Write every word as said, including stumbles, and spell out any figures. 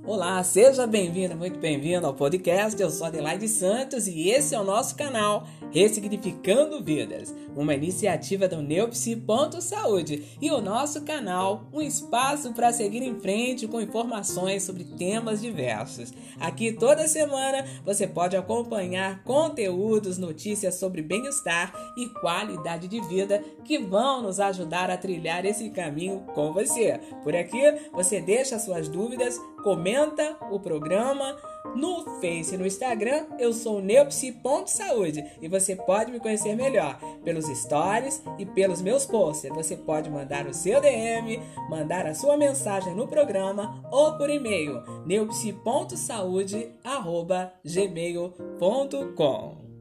Olá, seja bem-vindo, muito bem-vindo ao podcast. Eu sou Adelaide Santos e esse é o nosso canal Ressignificando Vidas, uma iniciativa do Neopsi.saúde e o nosso canal, um espaço para seguir em frente com informações sobre temas diversos. Aqui toda semana você pode acompanhar conteúdos, notícias sobre bem-estar e qualidade de vida que vão nos ajudar a trilhar esse caminho com você. Por aqui você deixa suas dúvidas, comenta o programa no Face e no Instagram. Eu sou Neopsi.saúde e você pode me conhecer melhor pelos stories e pelos meus posts. Você pode mandar o seu D M, mandar a sua mensagem no programa ou por e-mail neopsi.saúde arroba gmail ponto com.